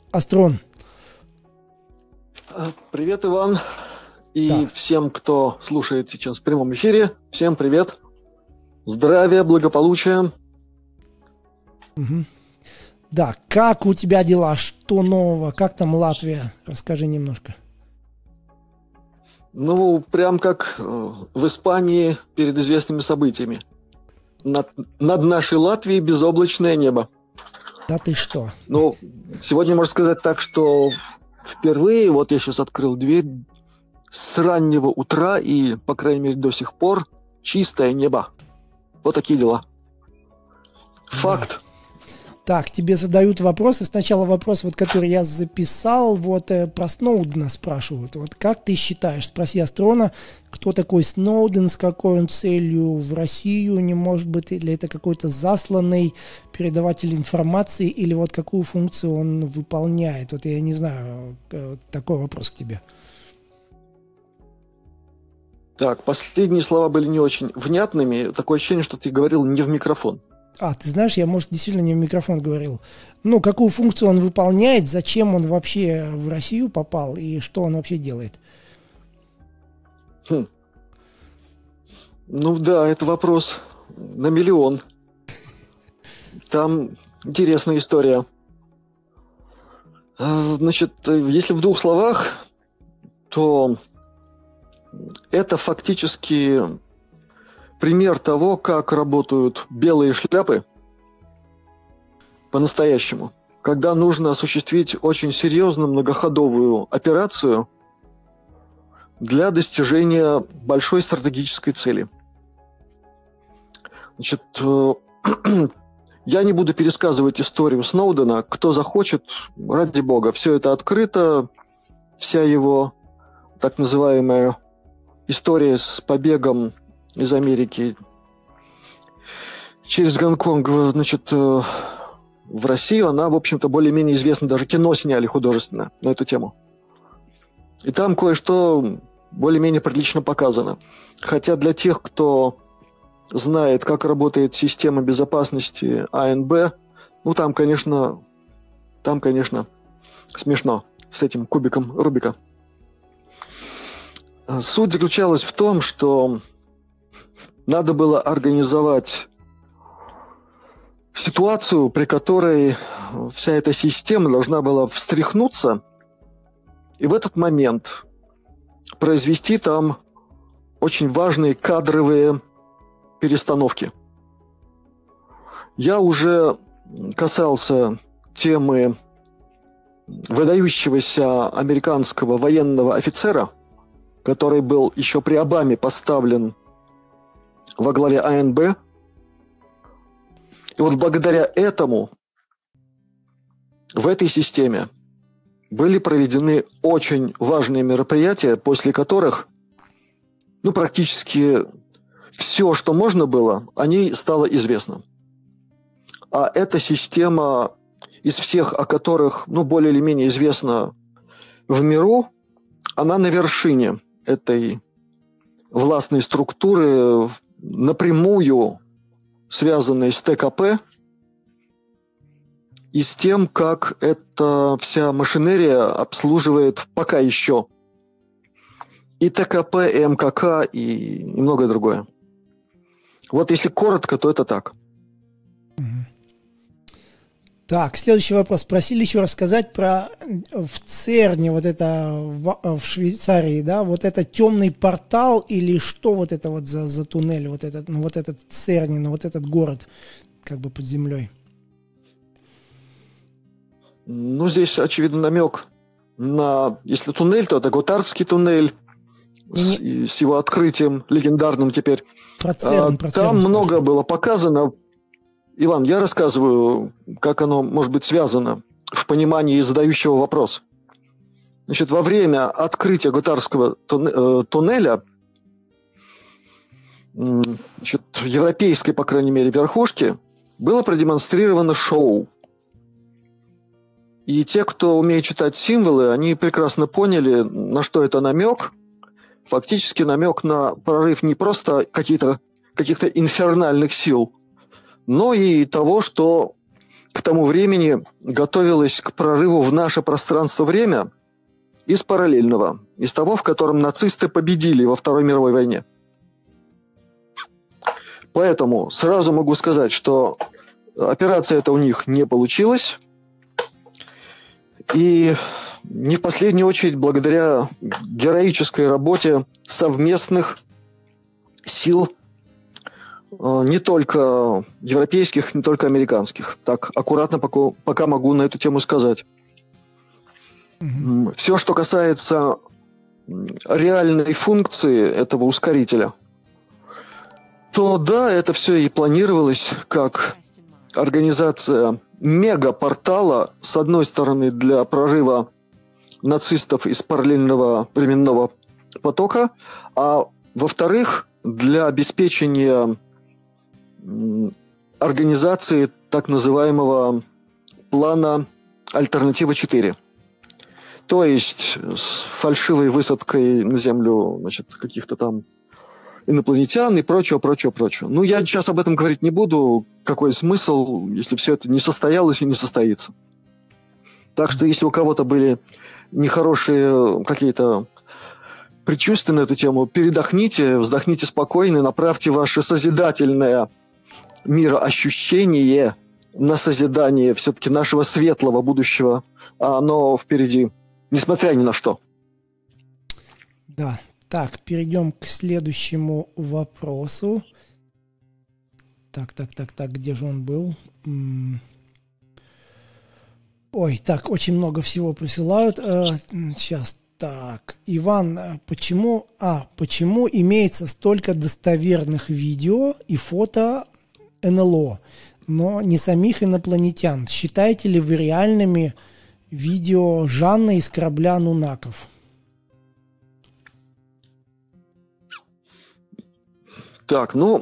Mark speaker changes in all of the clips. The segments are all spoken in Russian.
Speaker 1: Астрон.
Speaker 2: Привет, Иван. И
Speaker 1: Да.
Speaker 2: всем, кто слушает сейчас в прямом эфире, всем привет. Здравия, благополучия.
Speaker 1: Мгм. Да, как у тебя дела? Что нового? Как там Латвия? Расскажи немножко.
Speaker 2: Ну, прям как в Испании перед известными событиями. Над нашей Латвией безоблачное небо.
Speaker 1: Да ты что?
Speaker 2: Ну, сегодня можно сказать так, что впервые, вот я сейчас открыл дверь, с раннего утра и, по крайней мере, до сих пор чистое небо. Вот такие дела. Факт.
Speaker 1: Так, тебе задают вопросы. Сначала вопрос, вот, который я записал, вот про Сноудена спрашивают. Вот как ты считаешь, спроси Астрона, кто такой Сноуден, с какой он целью в Россию, не может быть, или это какой-то засланный передаватель информации, или вот какую функцию он выполняет? Вот я не знаю, такой вопрос к тебе.
Speaker 2: Так, последние слова были не очень внятными. Такое ощущение, что ты говорил не в микрофон.
Speaker 1: Ты знаешь, я, может, действительно не в микрофон говорил. Ну, какую функцию он выполняет, зачем он вообще в Россию попал и что он вообще делает?
Speaker 2: Ну да, это вопрос на миллион. Там интересная история. Значит, если в двух словах, то это фактически пример того, как работают белые шляпы по-настоящему, когда нужно осуществить очень серьезную многоходовую операцию для достижения большой стратегической цели. Значит, я не буду пересказывать историю Сноудена. Кто захочет, ради бога, все это открыто, вся его так называемая история с побегом из Америки через Гонконг, значит, в Россию, она, в общем-то, более-менее известна. Даже кино сняли художественно на эту тему. И там кое-что более-менее прилично показано. Хотя для тех, кто знает, как работает система безопасности АНБ, ну, там, конечно, смешно с этим кубиком Рубика. Суть заключалась в том, что надо было организовать ситуацию, при которой вся эта система должна была встряхнуться и в этот момент произвести там очень важные кадровые перестановки. Я уже касался темы выдающегося американского военного офицера, который был еще при Обаме поставлен во главе АНБ. И вот благодаря этому в этой системе были проведены очень важные мероприятия, после которых практически все, что можно было, о ней стало известно. А эта система из всех, о которых более или менее известно в миру, она на вершине этой властной структуры, напрямую связанной с ТКП и с тем, как эта вся машинерия обслуживает пока еще и ТКП, и МКК, и многое другое. Вот если коротко, то это так.
Speaker 1: Так, следующий вопрос. Просили еще рассказать про в ЦЕРНе, вот это в Швейцарии, да, вот это темный портал или что вот это вот за туннель, вот этот ЦЕРНе, вот этот город как бы под землей?
Speaker 2: Здесь, очевидно, намек на, если туннель, то это Готардский туннель с его открытием легендарным теперь.
Speaker 1: Про ЦЕРН,
Speaker 2: там много было показано. Иван, я рассказываю, как оно может быть связано в понимании задающего вопрос. Значит, во время открытия Готардского туннеля, европейской, по крайней мере, верхушки, было продемонстрировано шоу. И те, кто умеет читать символы, они прекрасно поняли, на что это намек. Фактически намек на прорыв не просто каких-то инфернальных сил, но и того, что к тому времени готовилась к прорыву в наше пространство-время из параллельного, из того, в котором нацисты победили во Второй мировой войне. Поэтому сразу могу сказать, что операция эта у них не получилась. И не в последнюю очередь благодаря героической работе совместных сил не только европейских, не только американских. Так, аккуратно пока могу на эту тему сказать. Все, что касается реальной функции этого ускорителя, то да, это все и планировалось как организация мегапортала, с одной стороны, для прорыва нацистов из параллельного временного потока, а во-вторых, для обеспечения организации так называемого плана «Альтернатива 4». То есть с фальшивой высадкой на Землю, значит, каких-то там инопланетян и прочее. Ну, я сейчас об этом говорить не буду. Какой смысл, если все это не состоялось и не состоится. Так что, если у кого-то были нехорошие какие-то предчувствия на эту тему, передохните, вздохните спокойно и направьте ваше созидательное мироощущение на созидание все-таки нашего светлого будущего. А оно впереди, несмотря ни на что.
Speaker 1: Да. Так, перейдем к следующему вопросу. Так, где же он был? Ой, так, очень много всего присылают. Сейчас, так. Иван, почему имеется столько достоверных видео и фото НЛО, но не самих инопланетян? Считаете ли вы реальными видео Жанны из корабля Нунаков?
Speaker 2: Так, ну,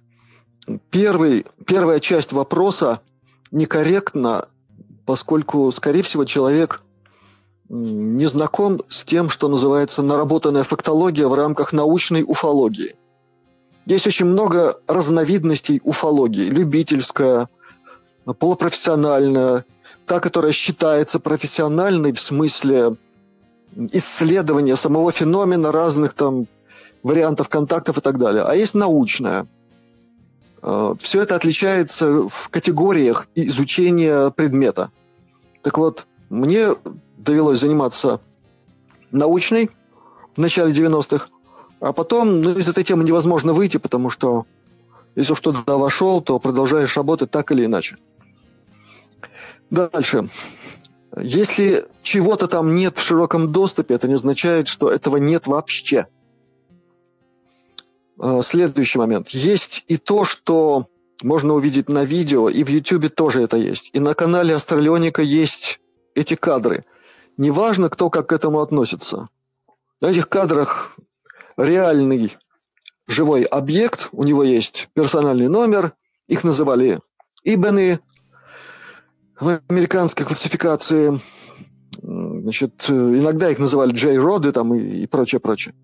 Speaker 2: первая часть вопроса некорректна, поскольку, скорее всего, человек не знаком с тем, что называется наработанная фактология в рамках научной уфологии. Есть очень много разновидностей уфологии. Любительская, полупрофессиональная, та, которая считается профессиональной в смысле исследования самого феномена, разных там вариантов контактов и так далее. А есть научная. Все это отличается в категориях изучения предмета. Так вот, мне довелось заниматься научной в начале 90-х, а потом из этой темы невозможно выйти, потому что если уж туда вошел, то продолжаешь работать так или иначе. Дальше. Если чего-то там нет в широком доступе, это не означает, что этого нет вообще. Следующий момент. Есть и то, что можно увидеть на видео, и в YouTube тоже это есть. И на канале Астралионика есть эти кадры. Неважно, кто как к этому относится. На этих кадрах реальный живой объект, у него есть персональный номер, их называли Ибены в американской классификации. Значит, иногда их называли Джей-роды там и прочее.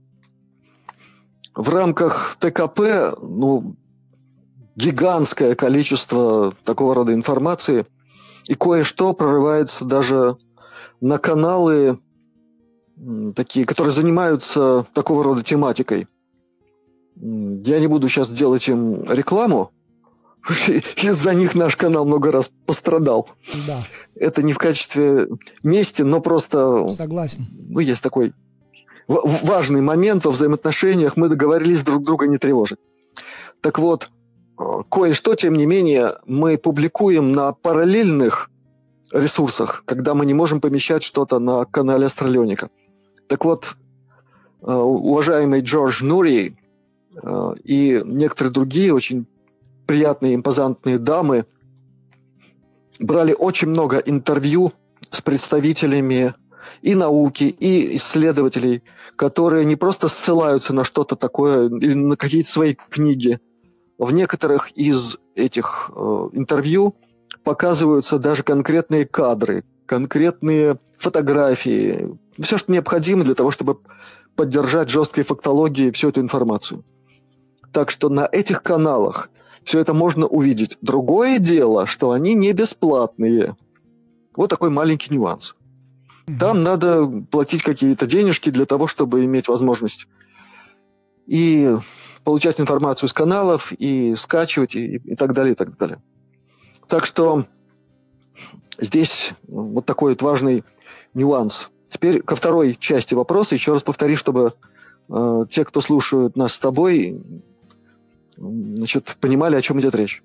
Speaker 2: В рамках ТКП гигантское количество такого рода информации, и кое-что прорывается даже на каналы, такие, которые занимаются такого рода тематикой. Я не буду сейчас делать им рекламу, из-за них наш канал много раз пострадал.
Speaker 1: Да.
Speaker 2: Это не в качестве мести, но просто...
Speaker 1: Согласен.
Speaker 2: Есть такой важный момент во взаимоотношениях, мы договорились друг друга не тревожить. Так вот, кое-что, тем не менее, мы публикуем на параллельных ресурсах, когда мы не можем помещать что-то на канале Астралионика. Так вот, уважаемый Джордж Нури и некоторые другие очень приятные, импозантные дамы брали очень много интервью с представителями и науки, и исследователей, которые не просто ссылаются на что-то такое или на какие-то свои книги. В некоторых из этих интервью показываются даже конкретные кадры, конкретные фотографии, все, что необходимо для того, чтобы поддержать жесткой фактологией всю эту информацию. Так что на этих каналах все это можно увидеть. Другое дело, что они не бесплатные. Вот такой маленький нюанс. Там надо платить какие-то денежки для того, чтобы иметь возможность и получать информацию с каналов, и скачивать, и так далее, и так далее. Так что здесь вот такой вот важный нюанс. Теперь ко второй части вопроса. Еще раз повтори, чтобы те, кто слушают нас с тобой, значит, понимали, о чем идет речь.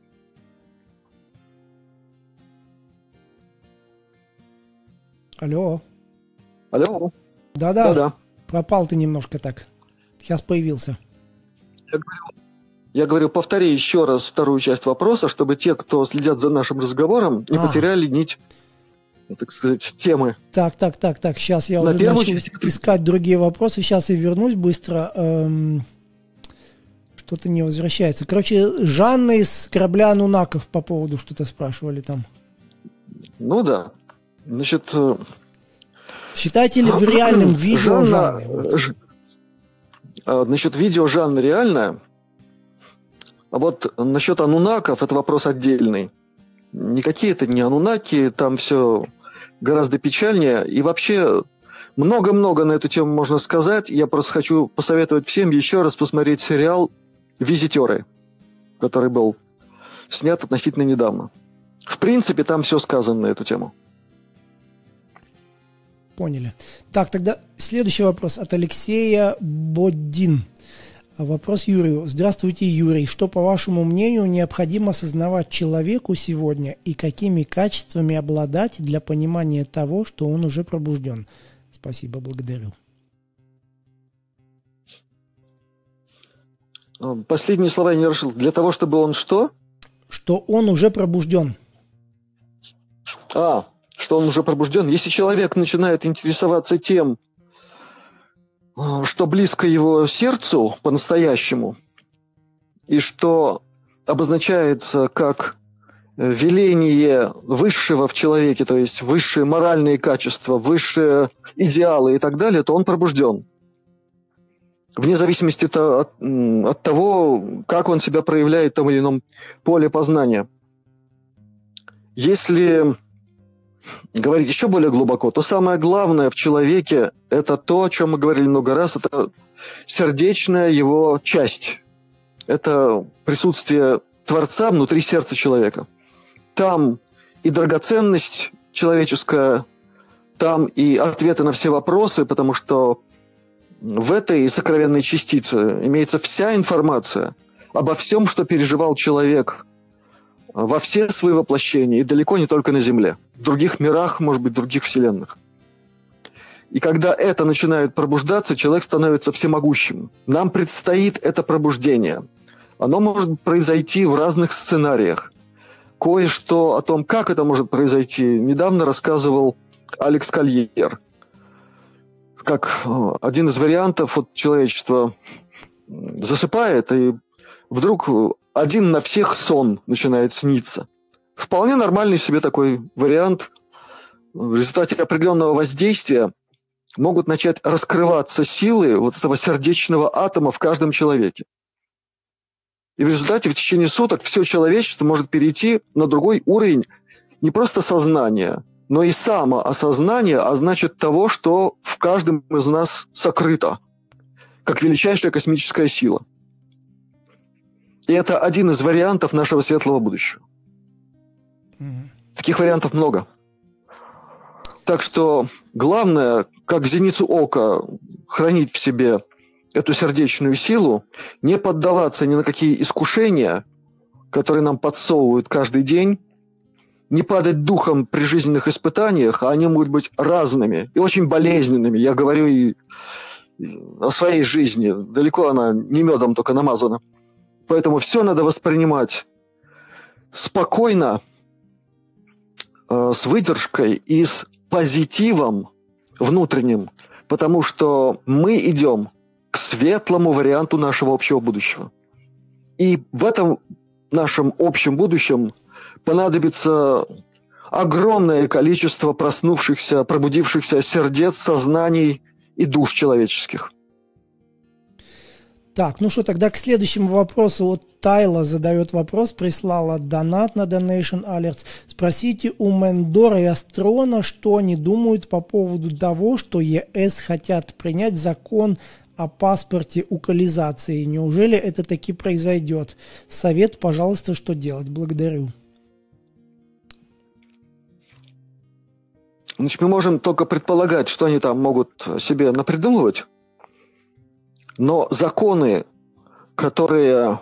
Speaker 1: Алло.
Speaker 2: Алло.
Speaker 1: Да-да. Пропал ты немножко так. Сейчас появился.
Speaker 2: Я говорю, повтори еще раз вторую часть вопроса, чтобы те, кто следят за нашим разговором, не потеряли нить, так сказать, темы.
Speaker 1: Так. Сейчас я уже начну искать другие вопросы. Сейчас я вернусь быстро. Что-то не возвращается. Короче, Жанна из корабля Анунаков по поводу что-то спрашивали там.
Speaker 2: Ну да. Значит...
Speaker 1: Считаете ли вы реальным видео Жанны?
Speaker 2: Значит, видео Жанны реальное. А вот насчет анунаков это вопрос отдельный. Никакие это не анунаки, там все гораздо печальнее. И вообще много-много на эту тему можно сказать. Я просто хочу посоветовать всем еще раз посмотреть сериал «Визитеры», который был снят относительно недавно. В принципе, там все сказано на эту тему.
Speaker 1: Поняли. Так, тогда следующий вопрос от Алексея Боддин. Вопрос Юрию. Здравствуйте, Юрий. Что, по вашему мнению, необходимо осознавать человеку сегодня и какими качествами обладать для понимания того, что он уже пробужден? Спасибо, благодарю.
Speaker 2: Последние слова я не решил. Для того, чтобы он что?
Speaker 1: Что он уже пробужден.
Speaker 2: Что он уже пробужден. Если человек начинает интересоваться тем, что близко его сердцу по-настоящему, и что обозначается как веление высшего в человеке, то есть высшие моральные качества, высшие идеалы и так далее, то он пробужден. Вне зависимости от того, как он себя проявляет в том или ином поле познания. Если говорить еще более глубоко, то самое главное в человеке – это то, о чем мы говорили много раз, это сердечная его часть. Это присутствие Творца внутри сердца человека. Там и драгоценность человеческая, там и ответы на все вопросы, потому что в этой сокровенной частице имеется вся информация обо всем, что переживал человек во все свои воплощения, и далеко не только на Земле, в других мирах, может быть, в других вселенных. И когда это начинает пробуждаться, человек становится всемогущим. Нам предстоит это пробуждение. Оно может произойти в разных сценариях. Кое-что о том, как это может произойти, недавно рассказывал Алекс Кольер. Как один из вариантов, вот человечество засыпает, и вдруг один на всех сон начинает сниться. Вполне нормальный себе такой вариант. В результате определенного воздействия могут начать раскрываться силы вот этого сердечного атома в каждом человеке. И в результате в течение суток все человечество может перейти на другой уровень не просто сознания, но и самоосознания, а значит того, что в каждом из нас сокрыто, как величайшая космическая сила. И это один из вариантов нашего светлого будущего. Таких вариантов много. Так что главное, как зеницу ока, хранить в себе эту сердечную силу, не поддаваться ни на какие искушения, которые нам подсовывают каждый день, не падать духом при жизненных испытаниях, а они могут быть разными и очень болезненными. Я говорю и о своей жизни. Далеко она не медом только намазана. Поэтому все надо воспринимать спокойно, с выдержкой и с позитивом внутренним, потому что мы идем к светлому варианту нашего общего будущего. И в этом нашем общем будущем понадобится огромное количество проснувшихся, пробудившихся сердец, сознаний и душ человеческих.
Speaker 1: Так, ну что, тогда к следующему вопросу. Вот Тайла задает вопрос, прислала донат на Donation Alerts. Спросите у Мендора и Астрона, что они думают по поводу того, что ЕС хотят принять закон о паспорте укализации. Неужели это таки произойдет? Совет, пожалуйста, что делать? Благодарю.
Speaker 2: Значит, мы можем только предполагать, что они там могут себе напридумывать. Но законы, которые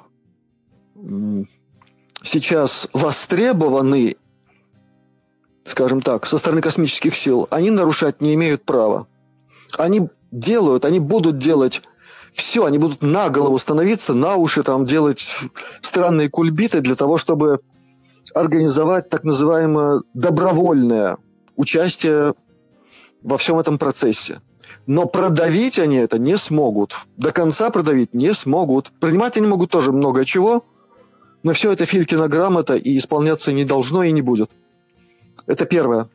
Speaker 2: сейчас востребованы, скажем так, со стороны космических сил, они нарушать не имеют права. Они делают, они будут делать все, они будут на голову становиться, на уши там делать странные кульбиты для того, чтобы организовать так называемое добровольное участие во всем этом процессе. Но продавить они это не смогут. До конца продавить не смогут. Принимать они могут тоже много чего, но все это Филькина грамота и исполняться не должно и не будет. Это первое.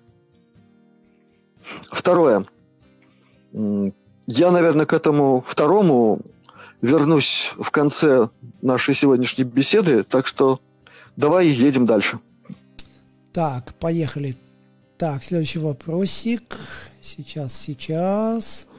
Speaker 2: Второе. Я, наверное, к этому второму вернусь в конце нашей сегодняшней беседы, так что давай едем дальше.
Speaker 1: Так, поехали. Так, следующий вопросик. Сейчас.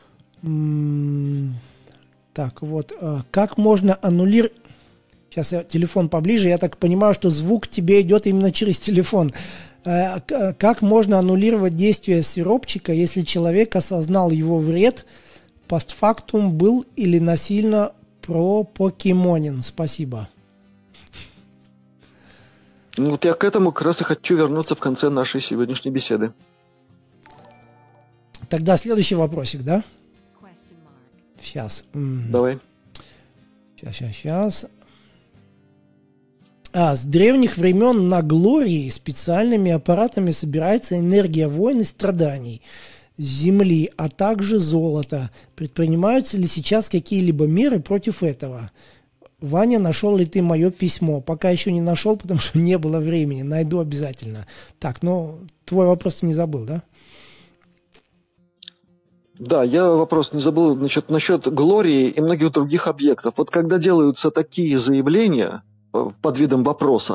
Speaker 1: Так, вот. Как можно аннулировать... Сейчас я телефон поближе. Я так понимаю, что звук тебе идет именно через телефон. Как можно аннулировать действие сиропчика, если человек осознал его вред, постфактум был или насильно пропокемонен? Спасибо.
Speaker 2: Вот я к этому как раз и хочу вернуться в конце нашей сегодняшней беседы.
Speaker 1: Тогда следующий вопросик, да? Сейчас.
Speaker 2: Давай.
Speaker 1: Сейчас. С древних времен на Глории специальными аппаратами собирается энергия войн и страданий Земли, а также золото. Предпринимаются ли сейчас какие-либо меры против этого? Ваня, нашел ли ты мое письмо? Пока еще не нашел, потому что не было времени. Найду обязательно. Так, ну, твой вопрос ты не забыл, да?
Speaker 2: Да, я вопрос не забыл. Значит, насчет Глории и многих других объектов. Вот когда делаются такие заявления под видом вопроса,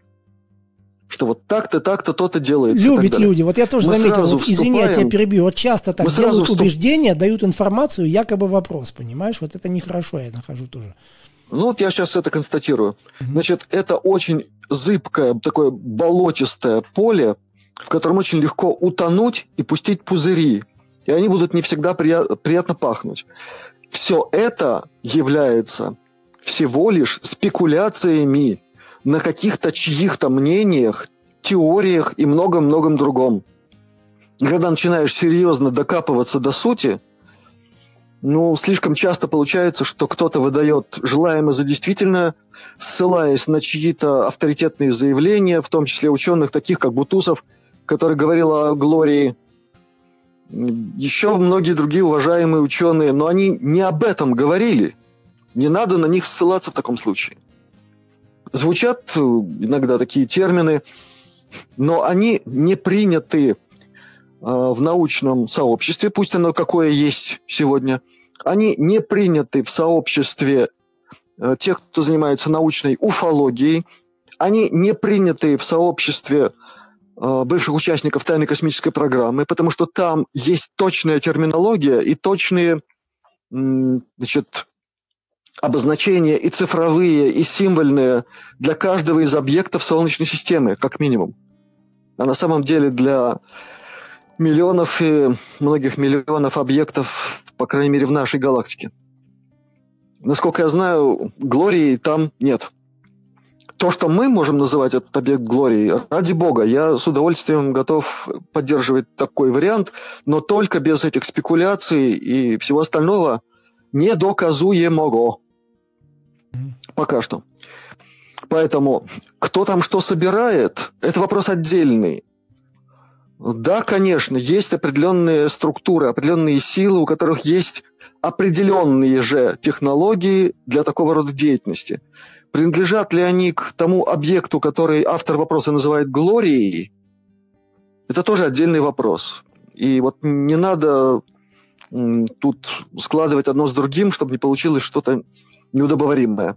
Speaker 2: что вот так-то, то-то делается.
Speaker 1: Любят люди. Вот я тоже заметил. Вот, извини, я тебя перебью. Вот часто так делают убеждения, дают информацию, якобы вопрос, понимаешь? Вот это нехорошо, я нахожу тоже.
Speaker 2: Ну вот я сейчас это констатирую. Значит, это очень зыбкое, такое болотистое поле, в котором очень легко утонуть и пустить пузыри. И они будут не всегда приятно пахнуть. Все это является всего лишь спекуляциями на каких-то чьих-то мнениях, теориях и многом-многом другом. И когда начинаешь серьезно докапываться до сути, ну, слишком часто получается, что кто-то выдает желаемое за действительное, ссылаясь на чьи-то авторитетные заявления, в том числе ученых, таких как Бутусов, который говорил о Глории. Еще многие другие уважаемые ученые, но они не об этом говорили. Не надо на них ссылаться в таком случае. Звучат иногда такие термины, но они не приняты в научном сообществе, пусть оно какое есть сегодня. Они не приняты в сообществе тех, кто занимается научной уфологией. Они не приняты в сообществе бывших участников тайной космической программы, потому что там есть точная терминология и точные, значит, обозначения и цифровые, и символьные для каждого из объектов Солнечной системы, как минимум. А на самом деле для миллионов и многих миллионов объектов, по крайней мере, в нашей галактике. Насколько я знаю, Глории там нет. То, что мы можем называть этот объект Глории, ради бога, я с удовольствием готов поддерживать такой вариант, но только без этих спекуляций и всего остального недоказуемого. Пока что. Поэтому кто там что собирает, это вопрос отдельный. Да, конечно, есть определенные структуры, определенные силы, у которых есть определенные же технологии для такого рода деятельности. Принадлежат ли они к тому объекту, который автор вопроса называет Глорией, это тоже отдельный вопрос. И вот не надо тут складывать одно с другим, чтобы не получилось что-то неудобоваримое.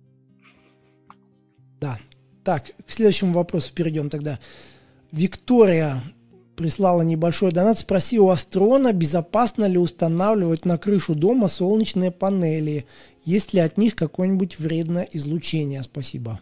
Speaker 1: Да. Так, к следующему вопросу перейдем тогда. Виктория прислала небольшой донат. Спроси у Астрона, безопасно ли устанавливать на крышу дома солнечные панели. Есть ли от них какое-нибудь вредное излучение? Спасибо.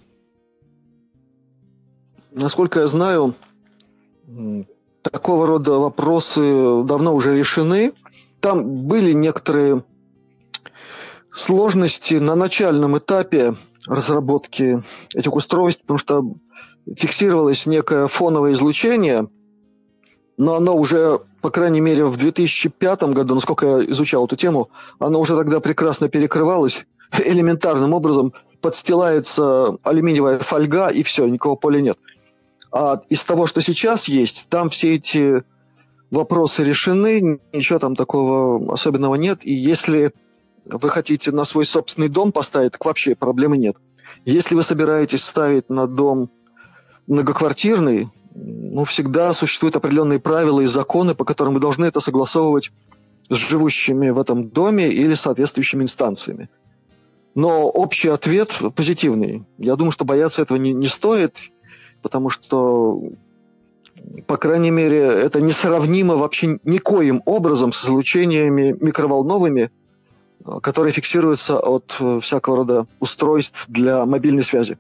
Speaker 2: Насколько я знаю, такого рода вопросы давно уже решены. Там были некоторые сложности на начальном этапе разработки этих устройств, потому что фиксировалось некое фоновое излучение, но оно уже, по крайней мере, в 2005 году, насколько я изучал эту тему, оно уже тогда прекрасно перекрывалось. Элементарным образом подстилается алюминиевая фольга, и все, никакого поля нет. А из того, что сейчас есть, там все эти вопросы решены, ничего там такого особенного нет. И если вы хотите на свой собственный дом поставить, так вообще проблемы нет. Если вы собираетесь ставить на дом многоквартирный, всегда существуют определенные правила и законы, по которым вы должны это согласовывать с живущими в этом доме или соответствующими инстанциями. Но общий ответ позитивный. Я думаю, что бояться этого не стоит, потому что, по крайней мере, это несравнимо вообще никоим образом с излучениями микроволновыми, которые фиксируются от всякого рода устройств для мобильной связи.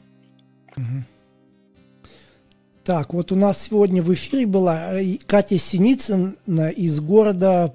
Speaker 1: Так, вот у нас сегодня в эфире была Катя Синицына из города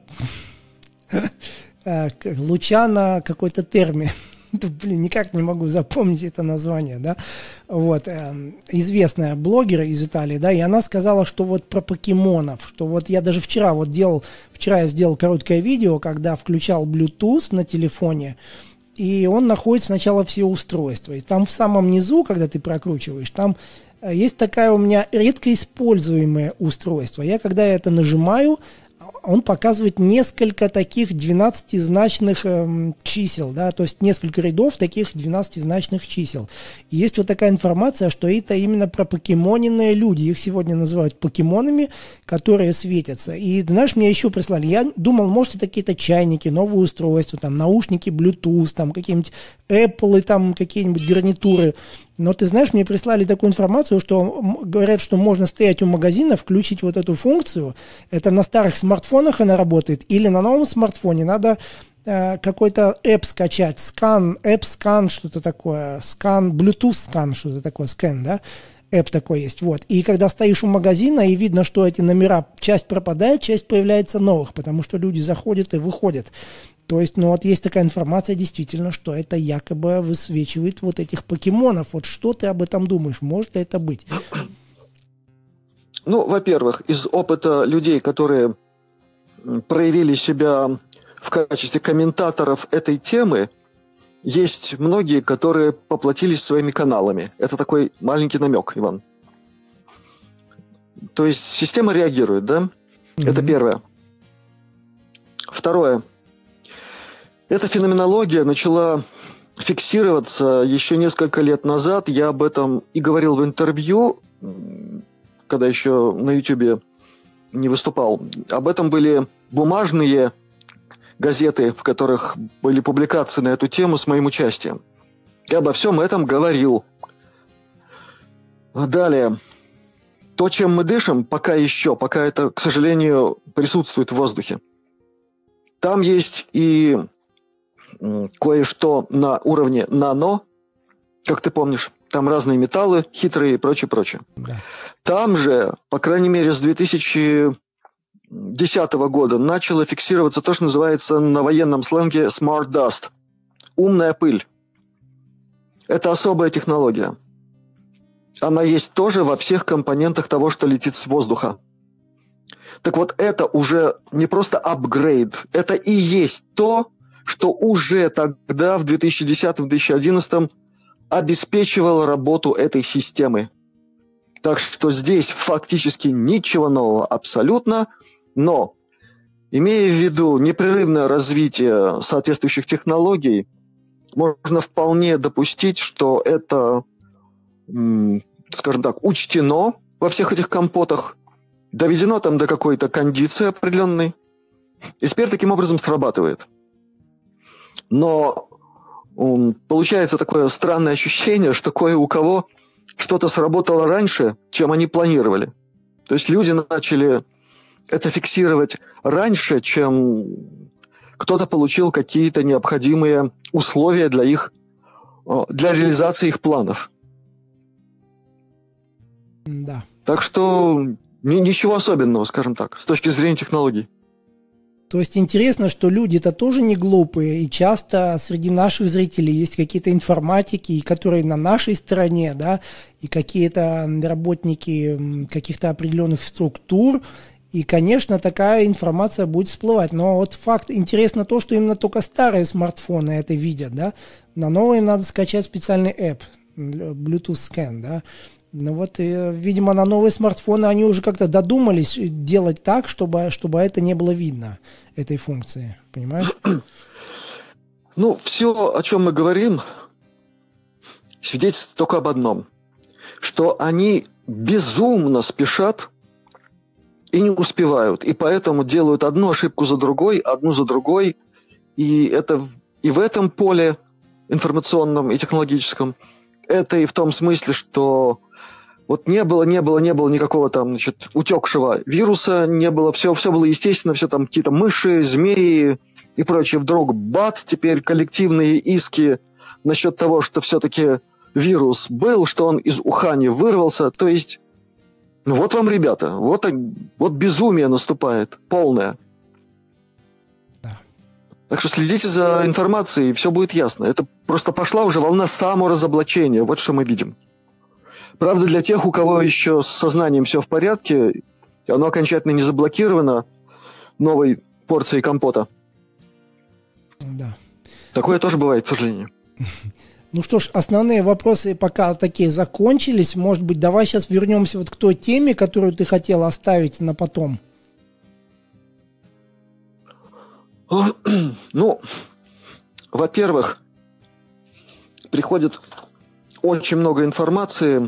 Speaker 1: Лучано, какой-то термин. Никак не могу запомнить это название, да, вот, известная блогер из Италии, да, и она сказала, что вот про покемонов, что вот я даже вчера я сделал короткое видео, когда включал Bluetooth на телефоне, и он находит сначала все устройства, и там в самом низу, когда ты прокручиваешь, там есть такая у меня редко используемое устройство, когда я это нажимаю, он показывает несколько таких 12-значных чисел, да, то есть несколько рядов таких 12-значных чисел. И есть вот такая информация, что это именно про покемоненные люди. Их сегодня называют покемонами, которые светятся. И, знаешь, мне еще прислали. Я думал, может, это какие-то чайники, новые устройства, там, наушники, Bluetooth, там, какие-нибудь Apple, там, какие-нибудь гарнитуры. Но ты знаешь, мне прислали такую информацию, что говорят, что можно стоять у магазина, включить вот эту функцию. Это на старых смартфонах она работает, или на новом смартфоне надо какой-то app скачать, app scan, что-то такое, Bluetooth scan, что-то такое, scan, да? App такой есть, вот. И когда стоишь у магазина, и видно, что эти номера, часть пропадает, часть появляется новых, потому что люди заходят и выходят. То есть, вот есть такая информация действительно, что это якобы высвечивает вот этих покемонов. Вот что ты об этом думаешь? Может ли это быть?
Speaker 2: Во-первых, из опыта людей, которые проявили себя в качестве комментаторов этой темы, есть многие, которые поплатились своими каналами. Это такой маленький намек, Иван. То есть система реагирует, да? Это первое. Второе. Эта феноменология начала фиксироваться еще несколько лет назад. Я об этом и говорил в интервью, когда еще на YouTube не выступал. Об этом были бумажные газеты, в которых были публикации на эту тему с моим участием. Я обо всем этом говорил. Далее. То, чем мы дышим, пока это, к сожалению, присутствует в воздухе. Там есть и кое-что на уровне нано, как ты помнишь, там разные металлы, хитрые и прочее. Да. Там же, по крайней мере, с 2010 года начало фиксироваться то, что называется на военном сленге smart dust, умная пыль. Это особая технология. Она есть тоже во всех компонентах того, что летит с воздуха. Так вот, это уже не просто апгрейд, это и есть то, что уже тогда, в 2010-2011, обеспечивало работу этой системы. Так что здесь фактически ничего нового абсолютно, но, имея в виду непрерывное развитие соответствующих технологий, можно вполне допустить, что это, скажем так, учтено во всех этих компотах, доведено там до какой-то кондиции определенной, И теперь таким образом срабатывает. Но получается такое странное ощущение, что кое у кого что-то сработало раньше, чем они планировали. То есть люди начали это фиксировать раньше, чем кто-то получил какие-то необходимые условия для реализации их планов.
Speaker 1: Да.
Speaker 2: Так что ничего особенного, скажем так, с точки зрения технологий.
Speaker 1: То есть интересно, что люди-то тоже не глупые, и часто среди наших зрителей есть какие-то информатики, которые на нашей стороне, да, и какие-то работники каких-то определенных структур, и, конечно, такая информация будет всплывать. Но вот факт, интересно то, что именно только старые смартфоны это видят, да, на новые надо скачать специальный app, Bluetooth Scan, да. Ну вот, видимо, на новые смартфоны они уже как-то додумались делать так, чтобы это не было видно, этой функции. Понимаешь?
Speaker 2: Ну, все, о чем мы говорим, свидетельствует только об одном. Что они безумно спешат и не успевают. И поэтому делают одну ошибку за другой, одну за другой. И это и в этом поле информационном и технологическом. Это и в том смысле, что вот не было никакого там, значит, утекшего вируса, не было, все было естественно, все там какие-то мыши, змеи и прочее. Вдруг бац, теперь коллективные иски насчет того, что все-таки вирус был, что он из Ухани вырвался. То есть, ну вот вам, ребята, вот безумие наступает, полное.
Speaker 1: Да.
Speaker 2: Так что следите за информацией, и все будет ясно. Это просто пошла уже волна саморазоблачения, вот что мы видим. Правда, для тех, у кого еще с сознанием все в порядке, оно окончательно не заблокировано новой порцией компота.
Speaker 1: Да.
Speaker 2: Такое тоже бывает, к сожалению.
Speaker 1: Ну что ж, основные вопросы пока такие закончились. Может быть, давай сейчас вернемся вот к той теме, которую ты хотел оставить на потом.
Speaker 2: Ну, во-первых, приходит очень много информации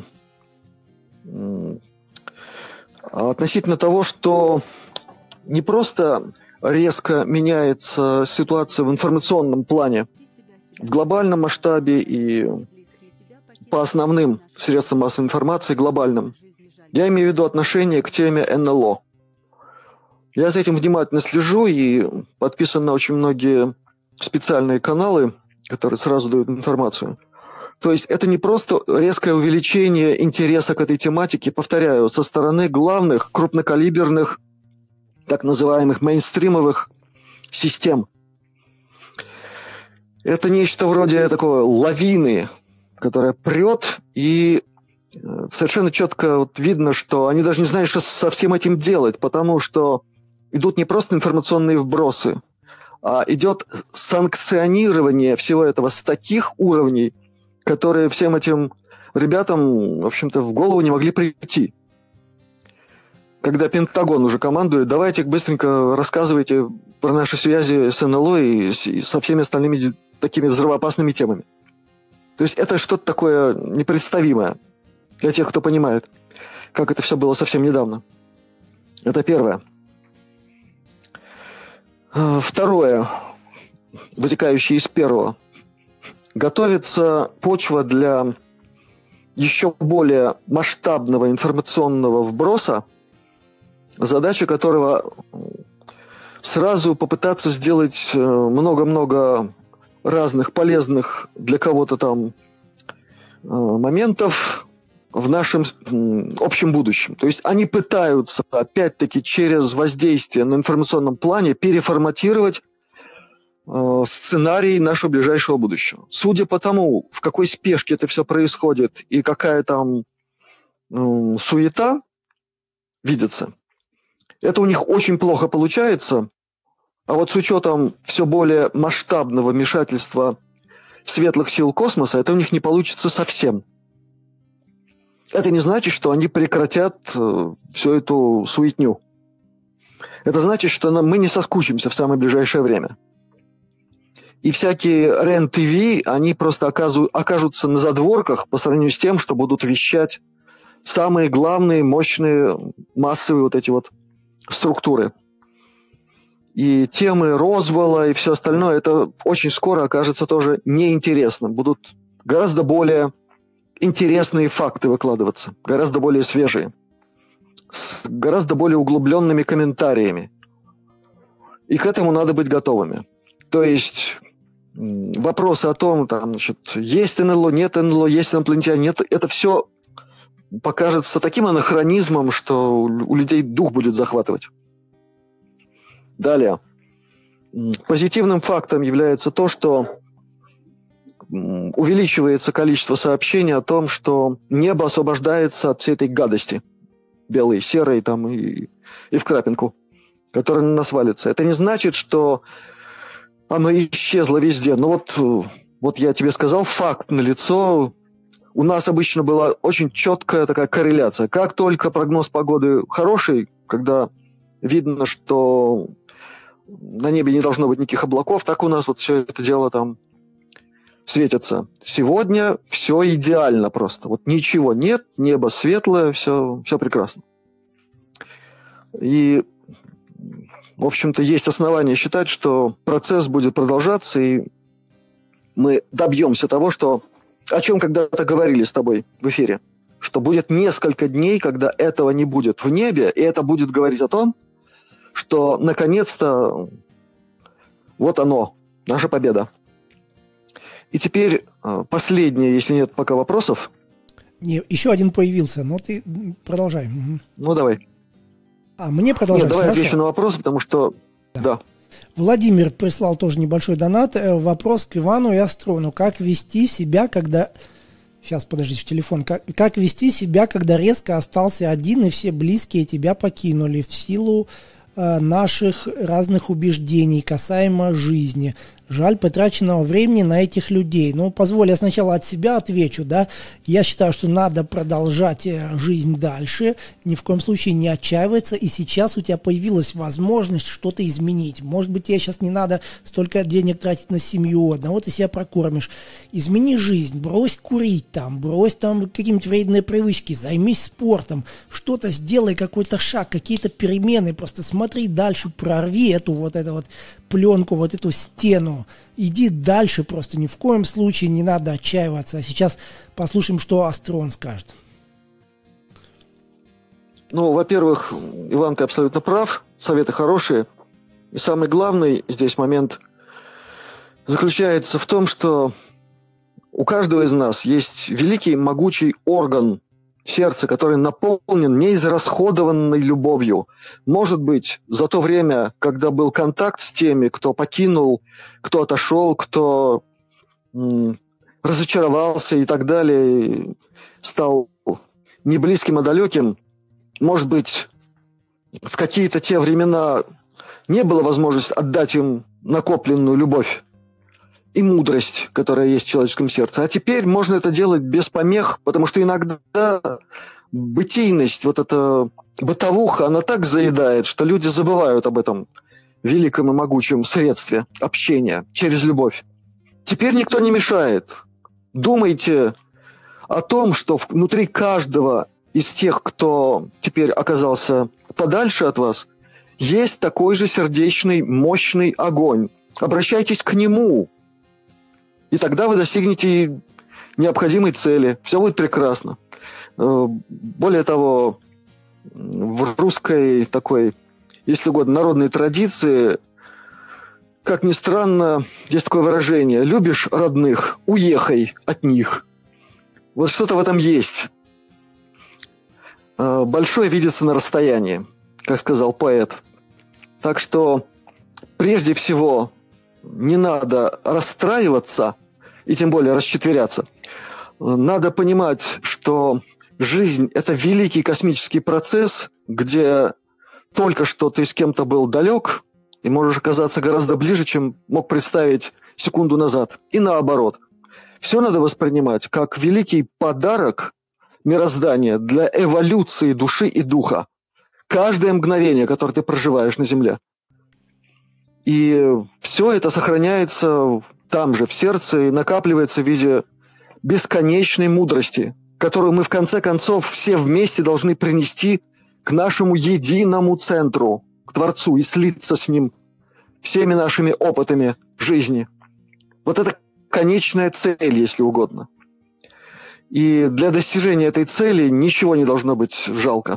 Speaker 2: относительно того, что не просто резко меняется ситуация в информационном плане, в глобальном масштабе и по основным средствам массовой информации глобальным. Я имею в виду отношение к теме НЛО. Я за этим внимательно слежу и подписан на очень многие специальные каналы, которые сразу дают информацию. То есть это не просто резкое увеличение интереса к этой тематике, повторяю, со стороны главных крупнокалиберных, так называемых мейнстримовых систем. Это нечто вроде такой лавины, которая прет, и совершенно четко вот видно, что они даже не знают, что со всем этим делать, потому что идут не просто информационные вбросы, а идет санкционирование всего этого с таких уровней, которые всем этим ребятам, в общем-то, в голову не могли прийти. Когда Пентагон уже командует, давайте быстренько рассказывайте про наши связи с НЛО и со всеми остальными такими взрывоопасными темами. То есть это что-то такое непредставимое для тех, кто понимает, как это все было совсем недавно. Это первое. Второе, вытекающее из первого. Готовится почва для еще более масштабного информационного вброса, задача которого сразу попытаться сделать много-много разных полезных для кого-то там моментов в нашем общем будущем. То есть они пытаются, опять-таки, через воздействие на информационном плане переформатировать сценарий нашего ближайшего будущего. Судя по тому, в какой спешке это все происходит и какая там суета видится, это у них очень плохо получается. А вот с учетом все более масштабного вмешательства светлых сил космоса, это у них не получится совсем. Это не значит, что они прекратят всю эту суетню. Это значит, что мы не соскучимся в самое ближайшее время. И всякие РЕН-ТВ, они просто окажутся на задворках по сравнению с тем, что будут вещать самые главные, мощные, массовые вот эти вот структуры. и темы Розвелла и все остальное, это очень скоро окажется тоже неинтересным. Будут гораздо более интересные факты выкладываться, гораздо более свежие, с гораздо более углубленными комментариями. И к этому надо быть готовыми. То есть вопросы о том, там, значит, есть НЛО, нет НЛО, есть инопланетяне, нет, это все покажется таким анахронизмом, что у людей дух будет захватывать. Далее. Позитивным фактом является то, что увеличивается количество сообщений о том, что небо освобождается от всей этой гадости. Белой, серой там и в крапинку, которая на нас валится. Это не значит, что оно исчезло везде. Но вот я тебе сказал, факт налицо. У нас обычно была очень четкая такая корреляция. Как только прогноз погоды хороший, когда видно, что на небе не должно быть никаких облаков, так у нас вот все это дело там светится. Сегодня все идеально просто. Вот ничего нет, небо светлое, все прекрасно. И, в общем-то, есть основания считать, что процесс будет продолжаться, и мы добьемся того, о чем когда-то говорили с тобой в эфире, что будет несколько дней, когда этого не будет в небе, и это будет говорить о том, что наконец-то вот оно, наша победа. И теперь последнее, если нет пока вопросов.
Speaker 1: Не, еще один появился, но ты продолжай. Угу.
Speaker 2: Ну, давай.
Speaker 1: Мне продолжать?
Speaker 2: Нет, давай
Speaker 1: хорошо.
Speaker 2: отвечу на вопрос, потому что... Да.
Speaker 1: Владимир прислал тоже небольшой донат. Вопрос к Ивану и Астрону. Как вести себя, когда... Сейчас, подождите, в телефон. Как вести себя, когда резко остался один, и все близкие тебя покинули в силу наших разных убеждений касаемо жизни? Жаль потраченного времени на этих людей. Ну, позволь, я сначала от себя отвечу, да. Я считаю, что надо продолжать жизнь дальше, ни в коем случае не отчаиваться, и сейчас у тебя появилась возможность что-то изменить. Может быть, тебе сейчас не надо столько денег тратить на семью, одного ты себя прокормишь. Измени жизнь, брось курить там, брось там какие-нибудь вредные привычки, займись спортом, что-то сделай, какой-то шаг, какие-то перемены, просто смотри дальше, прорви эту вот пленку, вот эту стену. Иди дальше просто, ни в коем случае не надо отчаиваться. А сейчас послушаем, что Астрон скажет.
Speaker 2: Ну, во-первых, Иван, ты абсолютно прав, советы хорошие. И самый главный здесь момент заключается в том, что у каждого из нас есть великий могучий орган сердца, который наполнен неизрасходованной любовью. Может быть, за то время, когда был контакт с теми, кто покинул, кто отошел, кто разочаровался и так далее, стал не близким, а далеким, может быть, в какие-то те времена не было возможности отдать им накопленную любовь и мудрость, которая есть в человеческом сердце. А теперь можно это делать без помех, потому что иногда бытийность, вот эта бытовуха, она так заедает, что люди забывают об этом великом и могучем средстве общения через любовь. Теперь никто не мешает. Думайте о том, что внутри каждого из тех, кто теперь оказался подальше от вас, есть такой же сердечный, мощный огонь. Обращайтесь к нему. И тогда вы достигнете необходимой цели. Все будет прекрасно. Более того, в русской такой, если угодно, народной традиции, как ни странно, есть такое выражение: любишь родных, уехай от них. Вот что-то в этом есть. Большое видится на расстоянии, как сказал поэт. Так что прежде всего не надо расстраиваться и тем более расчетверяться. Надо понимать, что жизнь – это великий космический процесс, где только что ты с кем-то был далек и можешь оказаться гораздо ближе, чем мог представить секунду назад. И наоборот. Все надо воспринимать как великий подарок мироздания для эволюции души и духа. Каждое мгновение, которое ты проживаешь на Земле. И все это сохраняется там же, в сердце, и накапливается в виде бесконечной мудрости, которую мы в конце концов все вместе должны принести к нашему единому центру, к Творцу, и слиться с Ним всеми нашими опытами жизни. Вот это конечная цель, если угодно. И для достижения этой цели ничего не должно быть жалко.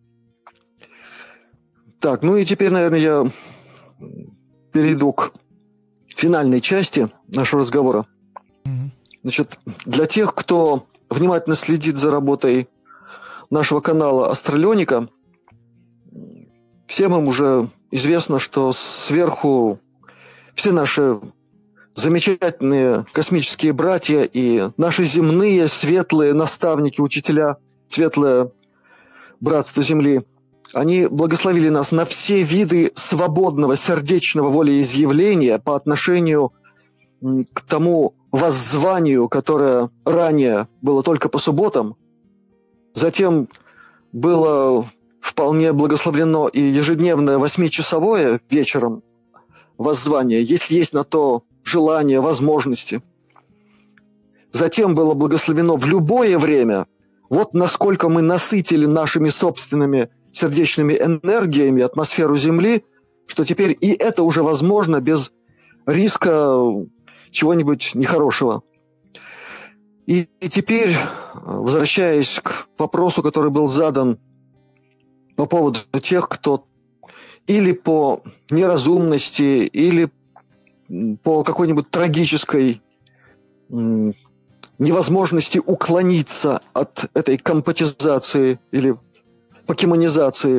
Speaker 2: Так, ну и теперь, наверное, я перейду к финальной части нашего разговора. Значит, для тех, кто внимательно следит за работой нашего канала «Астралионика», всем им уже известно, что сверху все наши замечательные космические братья и наши земные светлые наставники, учителя, светлое братство Земли, они благословили нас на все виды свободного сердечного волеизъявления по отношению к тому воззванию, которое ранее было только по субботам. Затем было вполне благословлено и ежедневное 8-часовое вечером воззвание, если есть на то желание, возможности. Затем было благословено в любое время. Вот насколько мы насытили нашими собственными сердечными энергиями атмосферу Земли, что теперь и это уже возможно без риска чего-нибудь нехорошего. И теперь, возвращаясь к вопросу, который был задан по поводу тех, кто или по неразумности, или по какой-нибудь трагической невозможности уклониться от этой компатизации или покемонизации.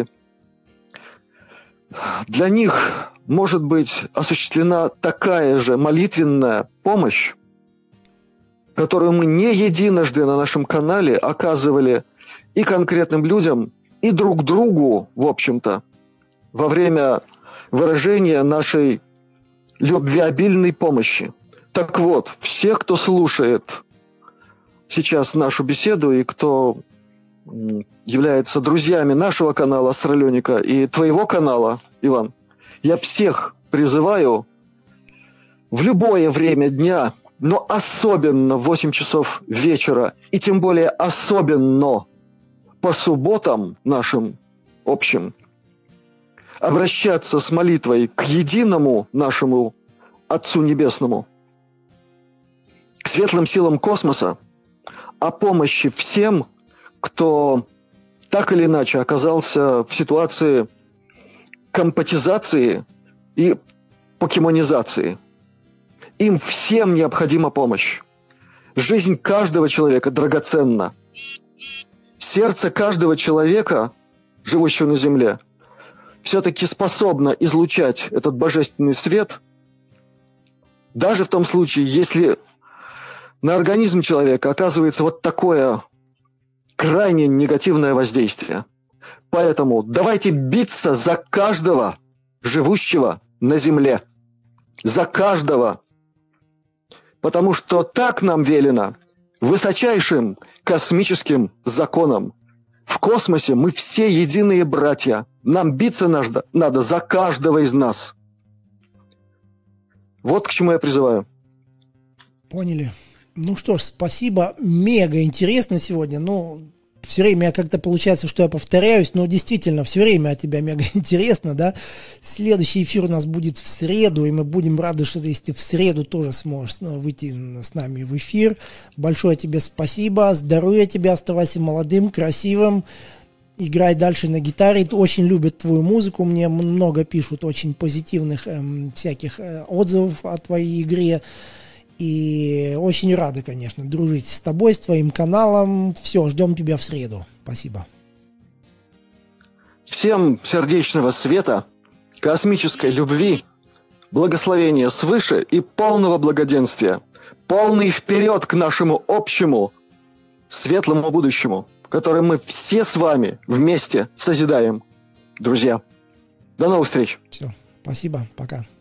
Speaker 2: Для них может быть осуществлена такая же молитвенная помощь, которую мы не единожды на нашем канале оказывали и конкретным людям, и друг другу, в общем-то, во время выражения нашей любвеобильной помощи. Так вот, все, кто слушает сейчас нашу беседу и кто является друзьями нашего канала «Астралионика» и твоего канала, Иван, я всех призываю в любое время дня, но особенно в 8 часов вечера, и тем более особенно по субботам нашим общим, обращаться с молитвой к единому нашему Отцу Небесному, к светлым силам космоса, о помощи всем, кто так или иначе оказался в ситуации компатизации и покемонизации. Им всем необходима помощь. Жизнь каждого человека драгоценна. Сердце каждого человека, живущего на Земле, все-таки способно излучать этот божественный свет, даже в том случае, если на организм человека оказывается вот такое крайне негативное воздействие. Поэтому давайте биться за каждого живущего на Земле. За каждого. Потому что так нам велено высочайшим космическим законом. В космосе мы все единые братья. Нам биться надо за каждого из нас. Вот к чему я призываю.
Speaker 1: Поняли. Ну что ж, спасибо. Мега интересно сегодня. Ну, все время как-то получается, что я повторяюсь, но действительно, все время от тебя мега интересно, да. Следующий эфир у нас будет в среду, и мы будем рады, что ты, если в среду тоже сможешь выйти с нами в эфир. Большое тебе спасибо. Здоровья тебе, оставайся молодым, красивым. Играй дальше на гитаре. Очень любят твою музыку. Мне много пишут очень позитивных всяких отзывов о твоей игре. И очень рады, конечно, дружить с тобой, с твоим каналом. Все, ждем тебя в среду. Спасибо.
Speaker 2: Всем сердечного света, космической любви, благословения свыше и полного благоденствия. Полный вперед к нашему общему светлому будущему, которое мы все с вами вместе созидаем. Друзья, до новых встреч.
Speaker 1: Все, спасибо, пока.